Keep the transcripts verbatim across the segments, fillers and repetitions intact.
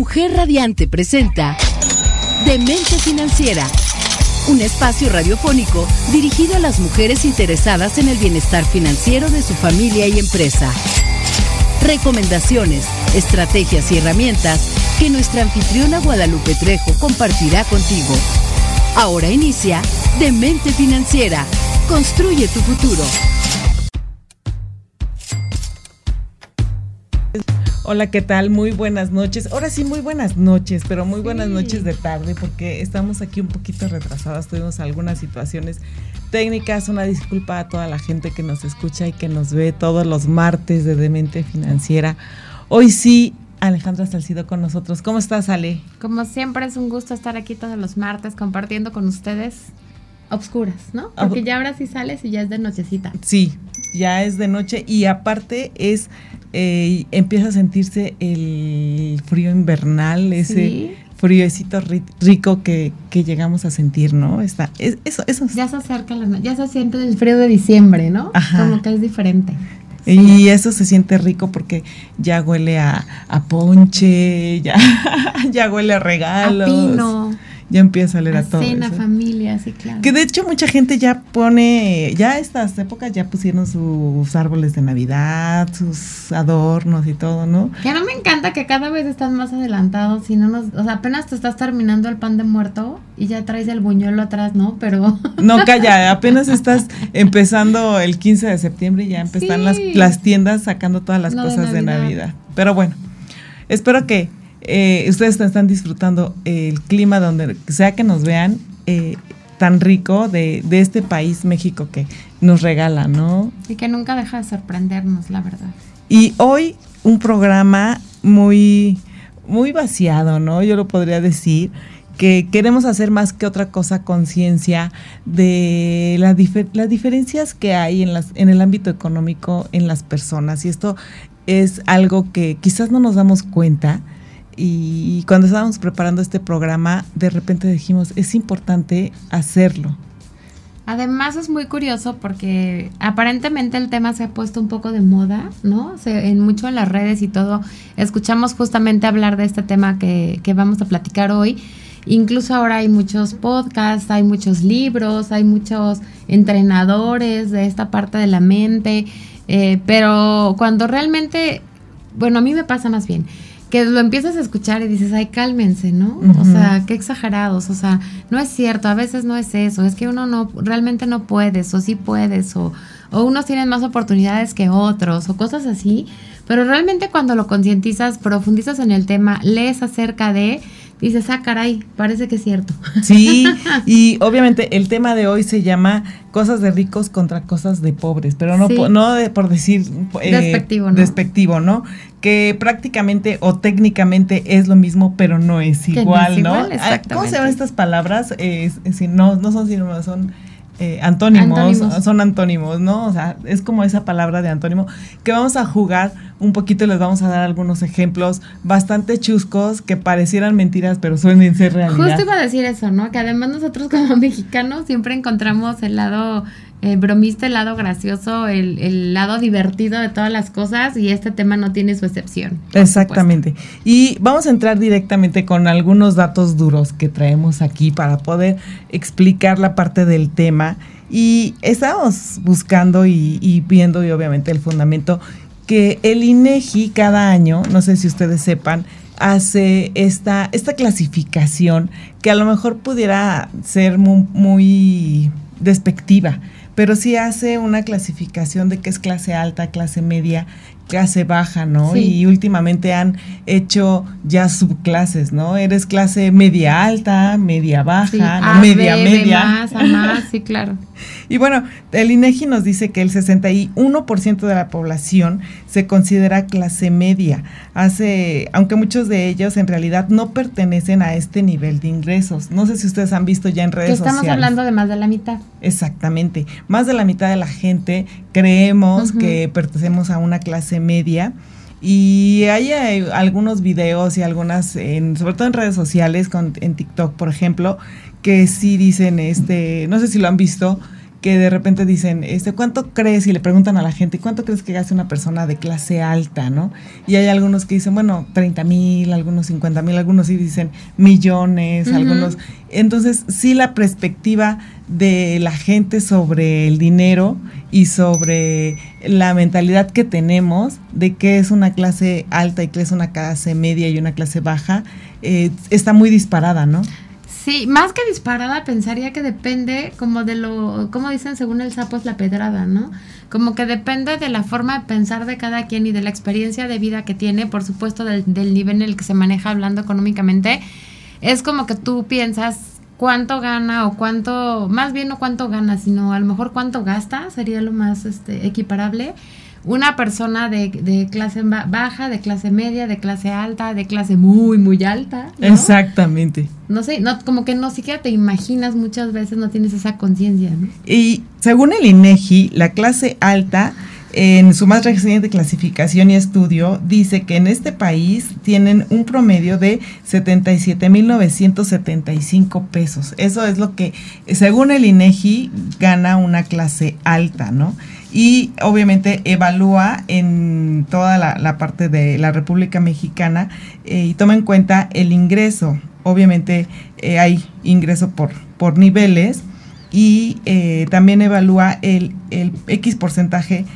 Mujer Radiante presenta Demente Financiera, un espacio radiofónico dirigido a las mujeres interesadas en el bienestar financiero de su familia y empresa. Recomendaciones, estrategias y herramientas que nuestra anfitriona Guadalupe Trejo compartirá contigo. Ahora inicia Demente Financiera. Construye tu futuro. Hola, ¿qué tal? Muy buenas noches. Ahora sí, muy buenas noches, pero muy buenas sí. noches de tarde, porque estamos aquí un poquito retrasadas. Tuvimos algunas situaciones técnicas. Una disculpa a toda la gente que nos escucha y que nos ve todos los martes de Demente Financiera. Hoy sí, Alejandra Salcido con nosotros. ¿Cómo estás, Ale? Como siempre, es un gusto estar aquí todos los martes compartiendo con ustedes obscuras, ¿no? Porque ya ahora sí sales y ya es de nochecita. Sí, ya es de noche y aparte es... Eh, empieza a sentirse el frío invernal, ese ¿sí? friecito rico que, que llegamos a sentir, ¿no? Está, es, eso, eso. Ya se acerca, la, ya se siente el frío de diciembre, ¿no? Ajá. Como que es diferente. Y sí. eso se siente rico porque ya huele a, a ponche, ya, ya huele a regalos. A pino. Ya empieza a leer a, a todo cena, eso. familia, sí, claro. Que de hecho mucha gente ya pone, ya estas épocas ya pusieron sus árboles de Navidad, sus adornos y todo, ¿no? Que no me encanta que cada vez están más adelantados, y no nos, o sea, apenas te estás terminando el pan de muerto y ya traes el buñuelo atrás, ¿no? Pero... No, calla, apenas estás empezando el quince de septiembre y ya empiezan sí. las, las tiendas sacando todas las no cosas de Navidad. de Navidad. Pero bueno, espero que Eh, ustedes están disfrutando el clima donde sea que nos vean, eh, tan rico de, de este país, México, que nos regala, ¿no? Y que nunca deja de sorprendernos, la verdad. Y hoy un programa muy, muy vaciado, ¿no? Yo lo podría decir, que queremos hacer más que otra cosa conciencia de la difer- las diferencias que hay en, las, en el ámbito económico en las personas. Y esto es algo que quizás no nos damos cuenta. Y cuando estábamos preparando este programa, de repente dijimos, es importante hacerlo. Además es muy curioso porque aparentemente el tema se ha puesto un poco de moda, ¿no? Se, en mucho en las redes y todo, escuchamos justamente hablar de este tema que, que vamos a platicar hoy. Incluso ahora hay muchos podcasts, hay muchos libros, hay muchos entrenadores de esta parte de la mente, eh, pero cuando realmente, bueno, a mí me pasa más bien, que lo empiezas a escuchar y dices, ay, cálmense, ¿no? Uh-huh. O sea, qué exagerados, o sea, no es cierto, a veces no es eso, es que uno no, realmente no puedes, o sí puedes, o, o unos tienen más oportunidades que otros, o cosas así, pero realmente cuando lo concientizas, profundizas en el tema, lees acerca de, dices, ah, caray, parece que es cierto. Sí, y obviamente el tema de hoy se llama cosas de ricos contra cosas de pobres, pero no, sí. po, no de, por decir eh, despectivo, ¿no? despectivo, ¿no? Que prácticamente o técnicamente es lo mismo, pero no es igual, no, es igual, ¿no? ¿Cómo se llaman estas palabras? Eh, si no, no son sinónimos, son eh, antónimos, antónimos, son antónimos, ¿no? O sea, es como esa palabra de antónimo que vamos a jugar un poquito y les vamos a dar algunos ejemplos bastante chuscos que parecieran mentiras, pero suelen ser realidad. Justo iba a decir eso, ¿no? Que además nosotros como mexicanos siempre encontramos el lado eh, bromista, el lado gracioso, el, el lado divertido de todas las cosas, y este tema no tiene su excepción. Exactamente. Supuesto. Y vamos a entrar directamente con algunos datos duros que traemos aquí para poder explicar la parte del tema. Y estamos buscando y, y viendo, y obviamente el fundamento, que el INEGI cada año, no sé si ustedes sepan, hace esta, esta clasificación que a lo mejor pudiera ser muy, muy despectiva, pero sí hace una clasificación de qué es clase alta, clase media, clase baja, ¿no? Sí. Y últimamente han hecho ya subclases, ¿no? Eres clase media alta, media baja, sí. ¿no? A, media, B, media. B más, A más, sí, claro. Y bueno, el INEGI nos dice que el sesenta y uno por ciento de la población se considera clase media, hace, aunque muchos de ellos en realidad no pertenecen a este nivel de ingresos. No sé si ustedes han visto ya en redes que estamos sociales. Estamos hablando de más de la mitad. Exactamente, más de la mitad de la gente creemos uh-huh. que pertenecemos a una clase media. Y hay, hay algunos videos y algunas, en, sobre todo en redes sociales, con, en TikTok, por ejemplo, que sí dicen, este, no sé si lo han visto, que de repente dicen, este, ¿cuánto crees? Y le preguntan a la gente, ¿cuánto crees que gasta una persona de clase alta, no? Y hay algunos que dicen, bueno, treinta mil, algunos cincuenta mil, algunos sí dicen millones, uh-huh. algunos. Entonces, sí, la perspectiva de la gente sobre el dinero y sobre la mentalidad que tenemos de qué es una clase alta y qué es una clase media y una clase baja, eh, está muy disparada, ¿no? Sí, más que disparada, pensaría que depende como de lo, como dicen, según el sapo es la pedrada, ¿no? Como que depende de la forma de pensar de cada quien y de la experiencia de vida que tiene, por supuesto, del, del nivel en el que se maneja hablando económicamente. Es como que tú piensas cuánto gana o cuánto, más bien no cuánto gana, sino a lo mejor cuánto gasta, sería lo más este, equiparable. Una persona de, de clase baja, de clase media, de clase alta, de clase muy, muy alta, ¿no? Exactamente. No sé, no, como que no siquiera te imaginas muchas veces, no tienes esa conciencia, ¿no? Y según el INEGI, la clase alta, en su más reciente clasificación y estudio, dice que en este país tienen un promedio de setenta y siete mil novecientos setenta y cinco pesos. Eso es lo que, según el INEGI, gana una clase alta, ¿no? Y obviamente evalúa en toda la, la parte de la República Mexicana eh, y toma en cuenta el ingreso. Obviamente eh, hay ingreso por, por niveles y eh, también evalúa el, el X porcentaje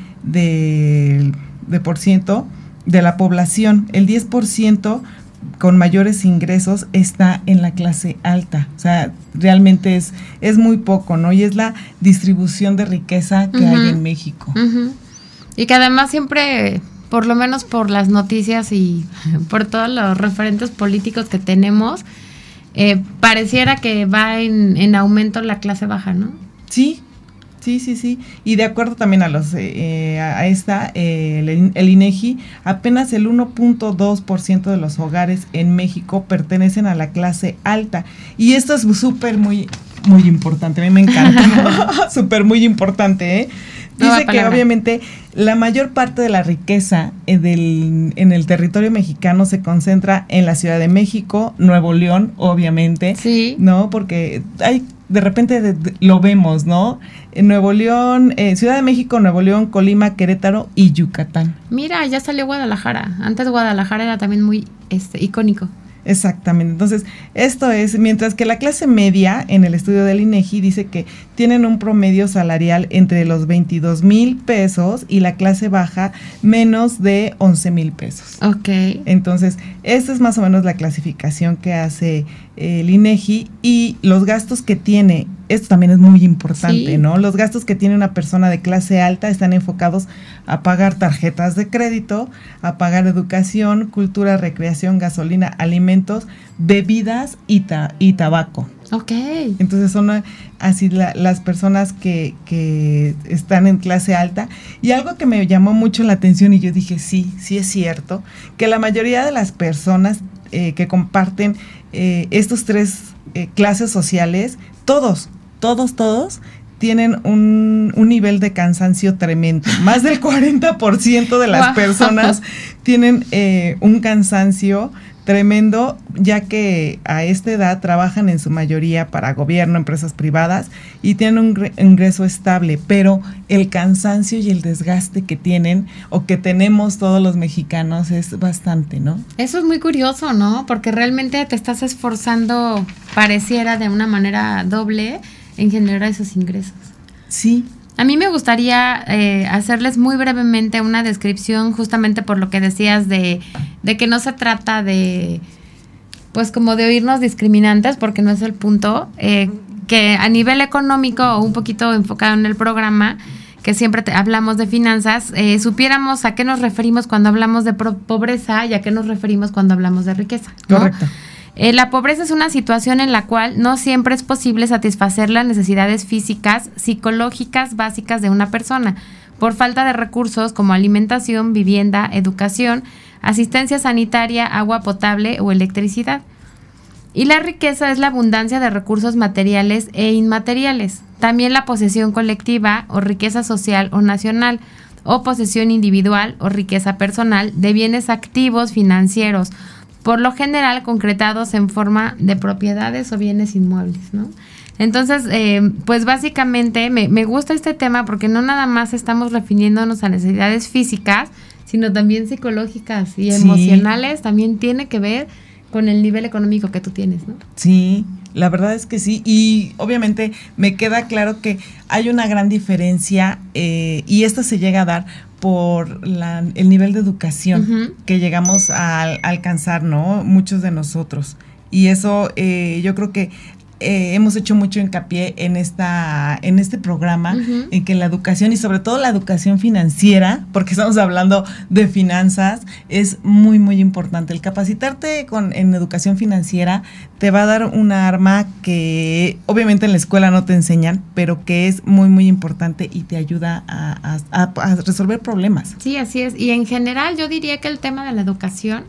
de, de por ciento de la población. El diez por ciento con mayores ingresos está en la clase alta. O sea, realmente es, es muy poco, ¿no? Y es la distribución de riqueza que uh-huh. hay en México. Uh-huh. Y que además siempre, por lo menos por las noticias y por todos los referentes políticos que tenemos, eh, pareciera que va en, en aumento la clase baja, ¿no? Sí. Sí, sí, sí. Y de acuerdo también a los eh, a esta, eh, el, el INEGI, apenas el uno punto dos por ciento de los hogares en México pertenecen a la clase alta. Y esto es súper muy, muy importante. A mí me encanta. Súper muy importante, ¿eh? Dice que obviamente la mayor parte de la riqueza eh, del, en el territorio mexicano se concentra en la Ciudad de México, Nuevo León, obviamente. Sí. ¿No? Porque hay... de repente de, de, lo vemos, ¿no? En Nuevo León, eh, Ciudad de México, Nuevo León, Colima, Querétaro y Yucatán. Mira, ya salió Guadalajara. Antes Guadalajara era también muy este, icónico. Exactamente. Entonces, esto es, mientras que la clase media, en el estudio del INEGI, dice que tienen un promedio salarial entre los veintidós mil pesos y la clase baja menos de once mil pesos. Ok. Entonces, esta es más o menos la clasificación que hace eh, el INEGI y los gastos que tiene. Esto también es muy importante, sí. ¿no? Los gastos que tiene una persona de clase alta están enfocados a pagar tarjetas de crédito, a pagar educación, cultura, recreación, gasolina, alimentos, bebidas y, ta- y tabaco. Ok. Entonces son así la, las personas que, que están en clase alta. Y algo que me llamó mucho la atención y yo dije, sí, sí es cierto, que la mayoría de las personas eh, que comparten eh, estos tres eh, clases sociales, todos, todos, todos tienen un, un nivel de cansancio tremendo. Más del cuarenta por ciento de las wow. personas tienen eh, un cansancio tremendo, ya que a esta edad trabajan en su mayoría para gobierno, empresas privadas y tienen un ingreso estable, pero el cansancio y el desgaste que tienen o que tenemos todos los mexicanos es bastante, ¿no? Eso es muy curioso, ¿no? Porque realmente te estás esforzando, pareciera de una manera doble, en generar esos ingresos. Sí. A mí me gustaría eh, hacerles muy brevemente una descripción justamente por lo que decías de, de que no se trata de, pues como de oírnos discriminantes, porque no es el punto, eh, que a nivel económico o un poquito enfocado en el programa, que siempre te, hablamos de finanzas, eh, supiéramos a qué nos referimos cuando hablamos de pro- pobreza y a qué nos referimos cuando hablamos de riqueza, ¿no? Correcto. Eh, la pobreza es una situación en la cual no siempre es posible satisfacer las necesidades físicas, psicológicas básicas de una persona, por falta de recursos como alimentación, vivienda, educación, asistencia sanitaria, agua potable o electricidad. Y la riqueza es la abundancia de recursos materiales e inmateriales, también la posesión colectiva o riqueza social o nacional, o posesión individual o riqueza personal de bienes activos financieros, por lo general concretados en forma de propiedades o bienes inmuebles, ¿no? Entonces, eh, pues básicamente me, me gusta este tema porque no nada más estamos refiriéndonos a necesidades físicas, sino también psicológicas y sí. emocionales, también tiene que ver con el nivel económico que tú tienes, ¿no? Sí, la verdad es que sí, y obviamente me queda claro que hay una gran diferencia eh, y esta se llega a dar por la, el nivel de educación uh-huh. que llegamos a, a alcanzar, ¿no? Muchos de nosotros. Y eso eh, yo creo que Eh, hemos hecho mucho hincapié en esta en este programa, uh-huh. en que la educación y sobre todo la educación financiera, porque estamos hablando de finanzas, es muy muy importante. El capacitarte con, en educación financiera te va a dar una arma que obviamente en la escuela no te enseñan, pero que es muy muy importante y te ayuda a, a, a, a resolver problemas. Sí, así es. Y en general yo diría que el tema de la educación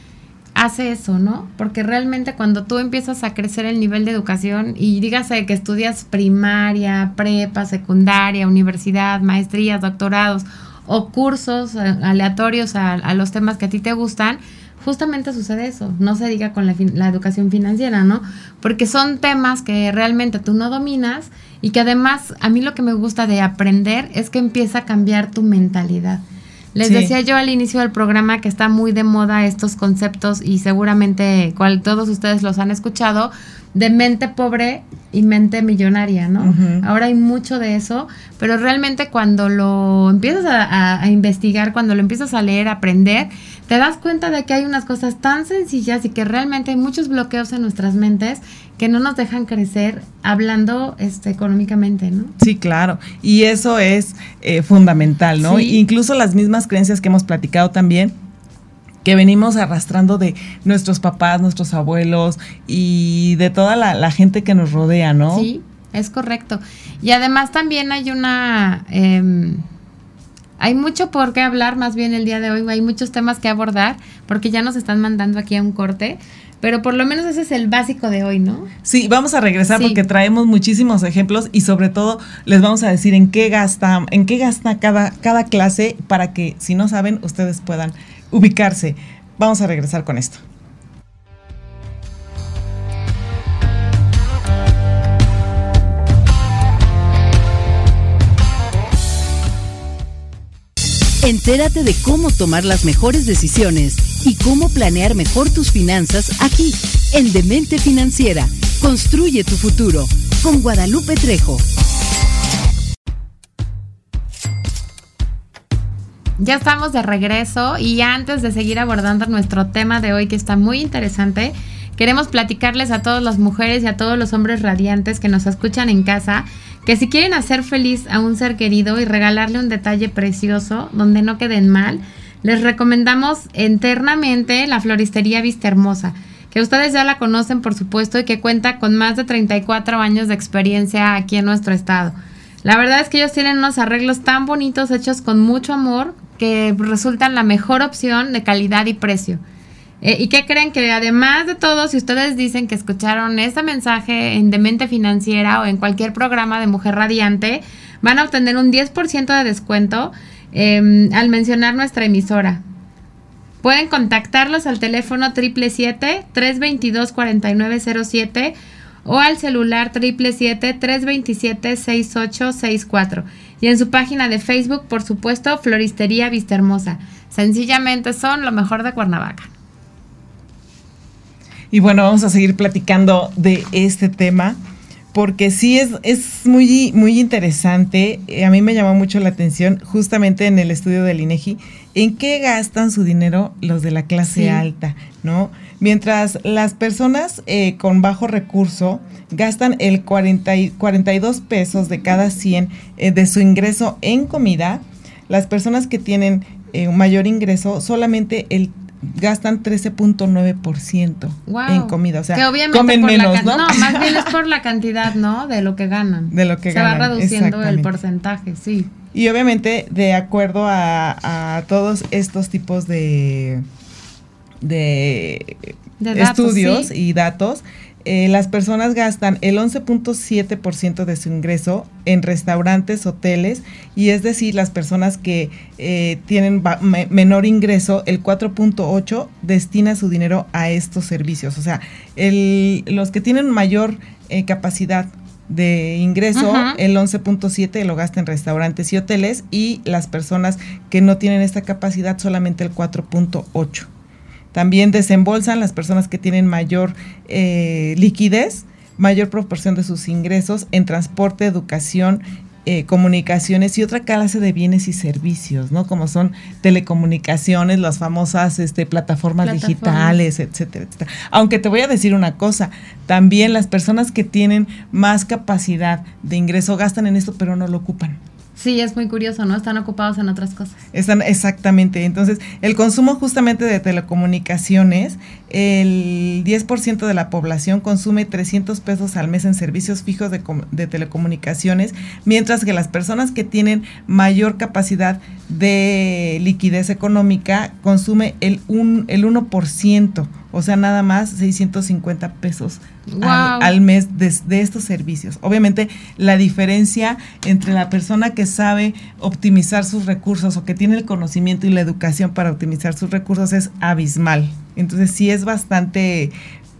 hace eso, ¿no? Porque realmente cuando tú empiezas a crecer el nivel de educación y dígase que estudias primaria, prepa, secundaria, universidad, maestrías, doctorados o cursos aleatorios a, a los temas que a ti te gustan, justamente sucede eso. No se diga con la, la educación financiera, ¿no? Porque son temas que realmente tú no dominas y que además a mí lo que me gusta de aprender es que empieza a cambiar tu mentalidad. Les sí. decía yo al inicio del programa que está muy de moda estos conceptos y seguramente cual todos ustedes los han escuchado, de mente pobre y mente millonaria, ¿no? Uh-huh. Ahora hay mucho de eso, pero realmente cuando lo empiezas a, a, a investigar, cuando lo empiezas a leer, a aprender, te das cuenta de que hay unas cosas tan sencillas y que realmente hay muchos bloqueos en nuestras mentes que no nos dejan crecer hablando este, económicamente, ¿no? Sí, claro, y eso es eh, fundamental, ¿no? Sí. Incluso las mismas creencias que hemos platicado también, que venimos arrastrando de nuestros papás, nuestros abuelos y de toda la, la gente que nos rodea, ¿no? Sí, es correcto. Y además también hay una... Eh, hay mucho por qué hablar más bien el día de hoy, hay muchos temas que abordar porque ya nos están mandando aquí a un corte, pero por lo menos ese es el básico de hoy, ¿no? Sí, vamos a regresar sí. porque traemos muchísimos ejemplos y sobre todo les vamos a decir en qué gasta, en qué gasta cada, cada clase para que si no saben ustedes puedan ubicarse. Vamos a regresar con esto. Entérate de cómo tomar las mejores decisiones y cómo planear mejor tus finanzas aquí, en Demente Financiera. Construye tu futuro, con Guadalupe Trejo. Ya estamos de regreso y antes de seguir abordando nuestro tema de hoy, que está muy interesante, queremos platicarles a todas las mujeres y a todos los hombres radiantes que nos escuchan en casa que si quieren hacer feliz a un ser querido y regalarle un detalle precioso donde no queden mal, les recomendamos eternamente la Floristería Vista Hermosa, que ustedes ya la conocen por supuesto y que cuenta con más de treinta y cuatro años de experiencia aquí en nuestro estado. La verdad es que ellos tienen unos arreglos tan bonitos hechos con mucho amor que resultan la mejor opción de calidad y precio. Eh, ¿Y qué creen? Que además de todo, si ustedes dicen que escucharon este mensaje en Demente Financiera o en cualquier programa de Mujer Radiante, van a obtener un diez por ciento de descuento eh, al mencionar nuestra emisora. Pueden contactarlos al teléfono siete siete siete, tres dos dos, cuatro nueve cero siete o al celular siete siete siete, tres dos siete, seis ocho seis cuatro. Y en su página de Facebook, por supuesto, Floristería Vista Hermosa. Sencillamente son lo mejor de Cuernavaca. Y bueno, vamos a seguir platicando de este tema, porque sí es, es muy, muy interesante. A mí me llamó mucho la atención, justamente en el estudio del INEGI, en qué gastan su dinero los de la clase sí. alta, ¿no? Mientras las personas eh, con bajo recurso gastan el cuarenta y, cuarenta y dos pesos de cada cien eh, de su ingreso en comida, las personas que tienen eh, un mayor ingreso solamente el gastan trece punto nueve por ciento wow. en comida, o sea, que obviamente comen menos, can- ¿no? No, más bien es por la cantidad, ¿no? De lo que ganan. De lo que Se ganan. Se va reduciendo el porcentaje, sí. Y obviamente, de acuerdo a, a todos estos tipos de, de, de datos, estudios sí. y datos, eh, las personas gastan el once punto siete por ciento de su ingreso en restaurantes, hoteles, y es decir, las personas que eh, tienen ba- me- menor ingreso, el cuatro punto ocho por ciento destina su dinero a estos servicios. O sea, el, los que tienen mayor eh, capacidad de ingreso, uh-huh. el once punto siete lo gasta en restaurantes y hoteles, y las personas que no tienen esta capacidad solamente el cuatro punto ocho. También desembolsan las personas que tienen mayor eh, liquidez, mayor proporción de sus ingresos en transporte, educación, eh, comunicaciones y otra clase de bienes y servicios, ¿no? Como son telecomunicaciones, las famosas este, plataformas, plataformas digitales, etcétera, etcétera. Aunque te voy a decir una cosa, también las personas que tienen más capacidad de ingreso gastan en esto, pero no lo ocupan. Sí, es muy curioso, ¿no? Están ocupados en otras cosas. Están, exactamente. Entonces, el consumo justamente de telecomunicaciones, el diez por ciento de la población consume trescientos pesos al mes en servicios fijos de, de telecomunicaciones, mientras que las personas que tienen mayor capacidad de liquidez económica consume el, un, el uno por ciento, o sea, nada más seiscientos cincuenta pesos wow. al, al mes de, de estos servicios. Obviamente, la diferencia entre la persona que sabe optimizar sus recursos o que tiene el conocimiento y la educación para optimizar sus recursos es abismal. Entonces, sí es bastante,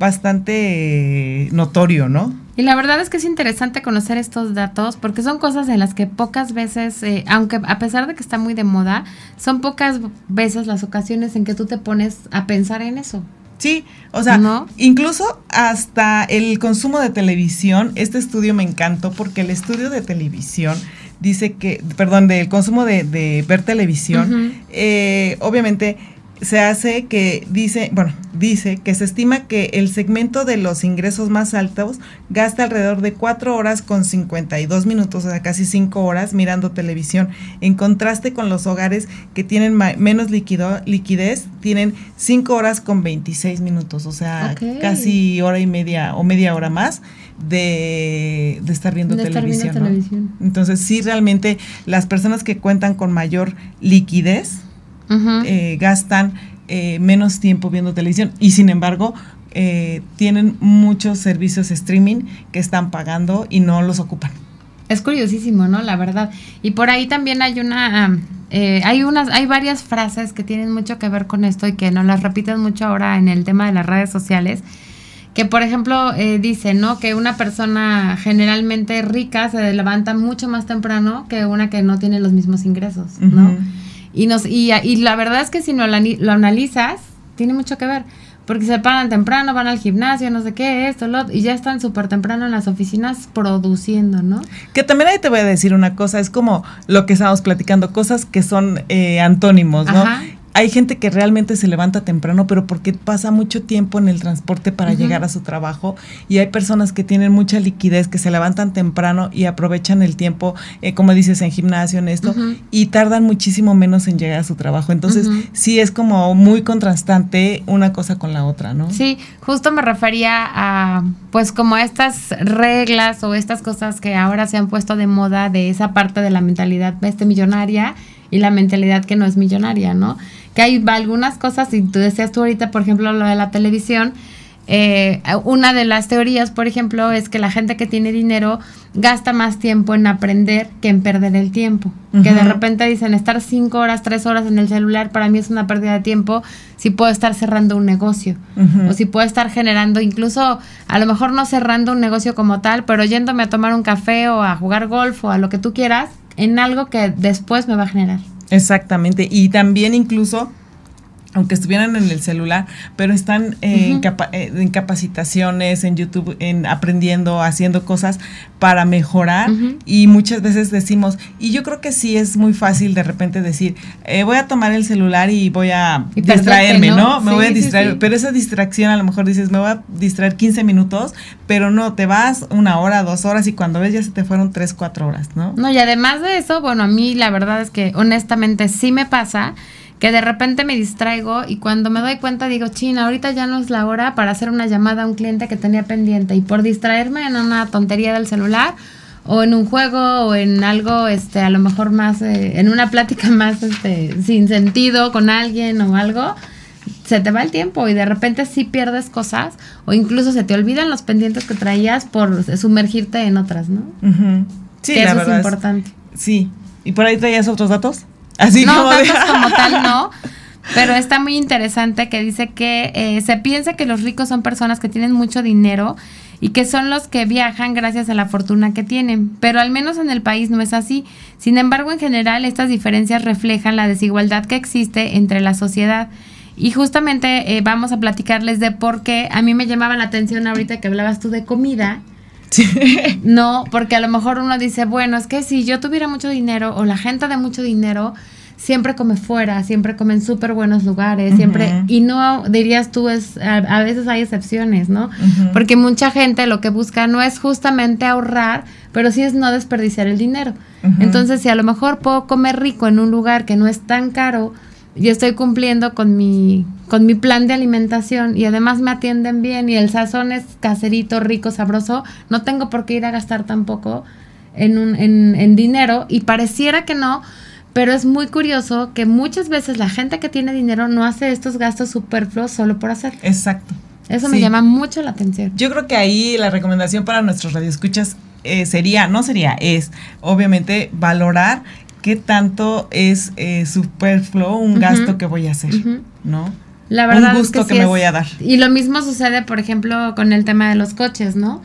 bastante notorio, ¿no? Y la verdad es que es interesante conocer estos datos porque son cosas en las que pocas veces, eh, aunque a pesar de que está muy de moda, son pocas veces las ocasiones en que tú te pones a pensar en eso. Sí, o sea, ¿no? Incluso hasta el consumo de televisión, este estudio me encantó porque el estudio de televisión dice que, perdón, del consumo de, de ver televisión, uh-huh. eh, obviamente se hace que dice, bueno, dice que se estima que el segmento de los ingresos más altos gasta alrededor de cuatro horas con cincuenta y dos minutos, o sea, casi cinco horas mirando televisión, en contraste con los hogares que tienen ma- menos liquido, liquidez, tienen cinco horas con veintiséis minutos, o sea, okay. casi hora y media o media hora más de, de estar viendo de televisión, estar viendo ¿no? televisión. Entonces, sí, realmente las personas que cuentan con mayor liquidez Uh-huh. Eh, gastan eh, menos tiempo viendo televisión y sin embargo eh, tienen muchos servicios streaming que están pagando y no los ocupan. Es curiosísimo, ¿no? La verdad. Y por ahí también hay una, eh, hay unas, hay varias frases que tienen mucho que ver con esto y que nos las repiten mucho ahora en el tema de las redes sociales. Que por ejemplo eh, dice, ¿no? Que una persona generalmente rica se levanta mucho más temprano que una que no tiene los mismos ingresos, ¿no? Uh-huh. Y nos y, y la verdad es que si no lo, lo analizas, tiene mucho que ver, porque se paran temprano, van al gimnasio, no sé qué, esto, lo otro, y ya están súper temprano en las oficinas produciendo, ¿no? Que también ahí te voy a decir una cosa, es como lo que estábamos platicando, cosas que son eh, antónimos, ¿no? Ajá. Hay gente que realmente se levanta temprano, pero porque pasa mucho tiempo en el transporte para uh-huh. llegar a su trabajo, y hay personas que tienen mucha liquidez, que se levantan temprano y aprovechan el tiempo, eh, como dices, en gimnasio, en esto, uh-huh. y tardan muchísimo menos en llegar a su trabajo. Entonces, uh-huh. sí es como muy contrastante una cosa con la otra, ¿no? Sí, justo me refería a, pues, como estas reglas o estas cosas que ahora se han puesto de moda de esa parte de la mentalidad este millonaria y la mentalidad que no es millonaria, ¿no? Que hay algunas cosas, y tú decías tú ahorita, por ejemplo, lo de la televisión, eh, una de las teorías, por ejemplo, es que la gente que tiene dinero gasta más tiempo en aprender que en perder el tiempo. Uh-huh. Que de repente dicen, estar cinco horas, tres horas en el celular para mí es una pérdida de tiempo si puedo estar cerrando un negocio. Uh-huh. O si puedo estar generando, incluso a lo mejor no cerrando un negocio como tal, pero yéndome a tomar un café o a jugar golf o a lo que tú quieras, en algo que después me va a generar. Exactamente, y también incluso, aunque estuvieran en el celular, pero están eh, uh-huh. en, capa- eh, en capacitaciones, en YouTube, en aprendiendo, haciendo cosas para mejorar, uh-huh. y muchas veces decimos, y yo creo que sí es muy fácil de repente decir, eh, voy a tomar el celular y voy a y distraerme, ¿no? ¿no? Me sí, voy a distraer, sí, sí. Pero esa distracción a lo mejor dices, me voy a distraer quince minutos, pero no, te vas una hora, dos horas, y cuando ves ya se te fueron tres, cuatro horas, ¿no? No, y además de eso, bueno, a mí la verdad es que honestamente sí me pasa que de repente me distraigo y cuando me doy cuenta digo, china, ahorita ya no es la hora para hacer una llamada a un cliente que tenía pendiente, y por distraerme en una tontería del celular o en un juego o en algo, este, a lo mejor más, eh, en una plática más, este, sin sentido con alguien o algo, se te va el tiempo y de repente sí pierdes cosas o incluso se te olvidan los pendientes que traías por sumergirte en otras, ¿no? Uh-huh. Sí, que la eso verdad es importante. Es, sí. ¿Y por ahí traías otros datos? Así no, como datos de... como tal no, Pero está muy interesante que dice que eh, se piensa que los ricos son personas que tienen mucho dinero y que son los que viajan gracias a la fortuna que tienen, pero al menos en el país no es así. Sin embargo, en general, estas diferencias reflejan la desigualdad que existe entre la sociedad. Y justamente eh, vamos a platicarles de por qué a mí me llamaba la atención ahorita que hablabas tú de comida. Sí. No, porque a lo mejor uno dice, bueno, es que si yo tuviera mucho dinero o la gente de mucho dinero siempre come fuera, siempre come en súper buenos lugares, uh-huh. siempre, y no dirías tú, es a, a veces hay excepciones, ¿no? Uh-huh. Porque mucha gente lo que busca no es justamente ahorrar, pero sí es no desperdiciar el dinero. Uh-huh. Entonces, si a lo mejor puedo comer rico en un lugar que no es tan caro, yo estoy cumpliendo con mi, con mi plan de alimentación y además me atienden bien y el sazón es caserito, rico, sabroso, no tengo por qué ir a gastar tampoco en, un, en, en dinero, y pareciera que no. Pero es muy curioso que muchas veces la gente que tiene dinero no hace estos gastos superfluos solo por hacer. Exacto. Eso sí. me llama mucho la atención. Yo creo que ahí la recomendación para nuestros radioescuchas eh, sería, no sería, es obviamente valorar qué tanto es eh, superfluo un uh-huh. gasto que voy a hacer, uh-huh. ¿no? La verdad un gusto es que, que sí me es, voy a dar. Y lo mismo sucede, por ejemplo, con el tema de los coches, ¿no?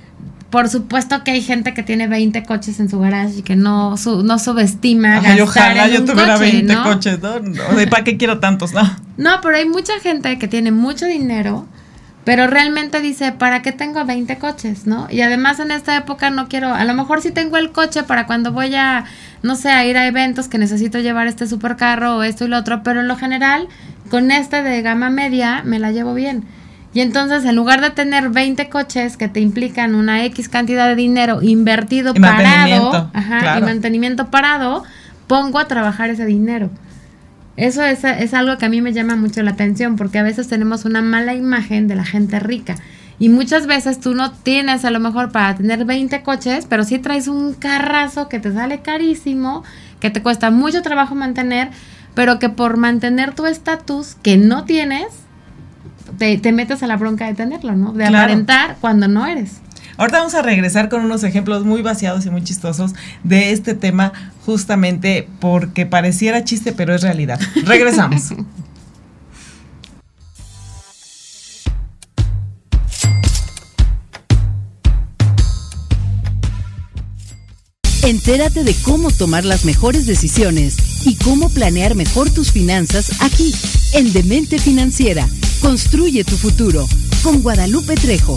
Por supuesto que hay gente que tiene veinte coches en su garage y que no su, no subestima Ay, gastar ojalá en yo un tuviera coche, veinte ¿no? coches, ¿no? O de ¿para qué quiero tantos? No. No, pero hay mucha gente que tiene mucho dinero, pero realmente dice, ¿para qué tengo veinte coches, no? Y además en esta época no quiero, a lo mejor sí tengo el coche para cuando voy a, no sé, a ir a eventos que necesito llevar este supercarro o esto y lo otro, pero en lo general, con este de gama media, me la llevo bien. Y entonces, en lugar de tener veinte coches que te implican una X cantidad de dinero invertido y parado, ajá, claro. y mantenimiento parado, pongo a trabajar ese dinero. Eso es, es algo que a mí me llama mucho la atención, porque a veces tenemos una mala imagen de la gente rica. Y muchas veces tú no tienes a lo mejor para tener veinte coches, pero sí traes un carrazo que te sale carísimo, que te cuesta mucho trabajo mantener, pero que por mantener tu estatus que no tienes, Te, te metes a la bronca de tenerlo, ¿no? De claro. aparentar cuando no eres. Ahorita vamos a regresar con unos ejemplos muy vaciados y muy chistosos de este tema, justamente porque pareciera chiste, pero es realidad. Regresamos. Entérate de cómo tomar las mejores decisiones y cómo planear mejor tus finanzas aquí, en Demente Financiera. Construye tu futuro, con Guadalupe Trejo.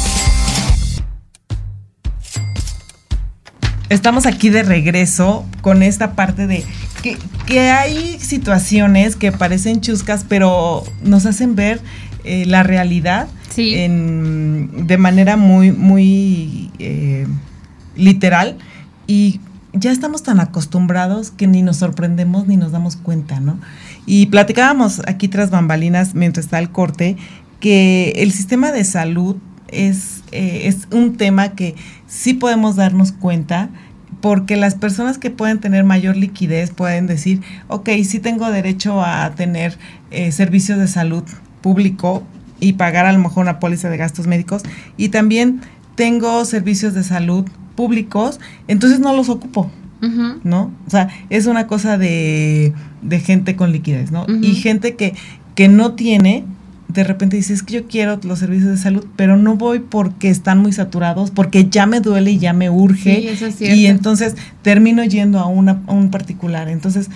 Estamos aquí de regreso con esta parte de que, que hay situaciones que parecen chuscas, pero nos hacen ver eh, la realidad sí. en, de manera muy, muy eh, literal, y ya estamos tan acostumbrados que ni nos sorprendemos ni nos damos cuenta, ¿no? Y platicábamos aquí tras bambalinas, mientras está el corte, que el sistema de salud es, eh, es un tema que sí podemos darnos cuenta, porque las personas que pueden tener mayor liquidez pueden decir, ok, sí tengo derecho a tener eh, servicios de salud público y pagar a lo mejor una póliza de gastos médicos, y también tengo servicios de salud públicos, entonces no los ocupo. Uh-huh. ¿No? O sea, es una cosa de, de gente con liquidez, ¿no? Uh-huh. Y gente que, que no tiene, de repente dice, es que yo quiero los servicios de salud, pero no voy porque están muy saturados, porque ya me duele y ya me urge. Sí, eso es cierto. Y entonces termino yendo a, una, a un particular. Entonces,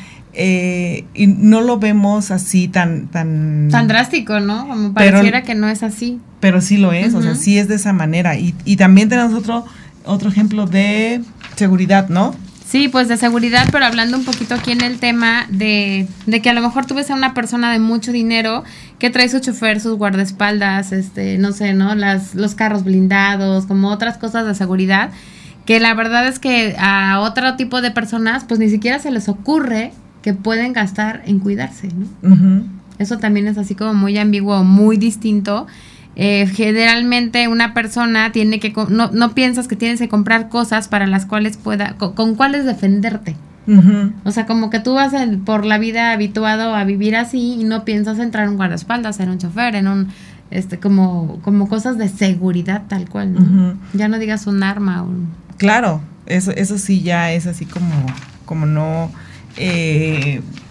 eh, y no lo vemos así tan... Tan, tan drástico, ¿no? Como pareciera pero, que no es así. Pero sí lo es, uh-huh. O sea, sí es de esa manera. Y, y también tenemos otro, otro ejemplo de seguridad, ¿no? Sí, pues de seguridad, pero hablando un poquito aquí en el tema de, de que a lo mejor tú ves a una persona de mucho dinero que trae su chofer, sus guardaespaldas, este, no sé, ¿no? Las, los carros blindados, como otras cosas de seguridad, que la verdad es que a otro tipo de personas, pues ni siquiera se les ocurre que pueden gastar en cuidarse, ¿no? Uh-huh. Eso también es así como muy ambiguo, muy distinto. Eh, generalmente una persona tiene que, no, no piensas que tienes que comprar cosas para las cuales pueda, con, con cuáles defenderte. Uh-huh. O sea, como que tú vas en, por la vida habituado a vivir así y no piensas entrar en un guardaespaldas, en un chofer, en un, este, como, como cosas de seguridad tal cual, ¿no? Uh-huh. Ya no digas un arma. Un... Claro, eso, eso sí ya es así como, como no, eh,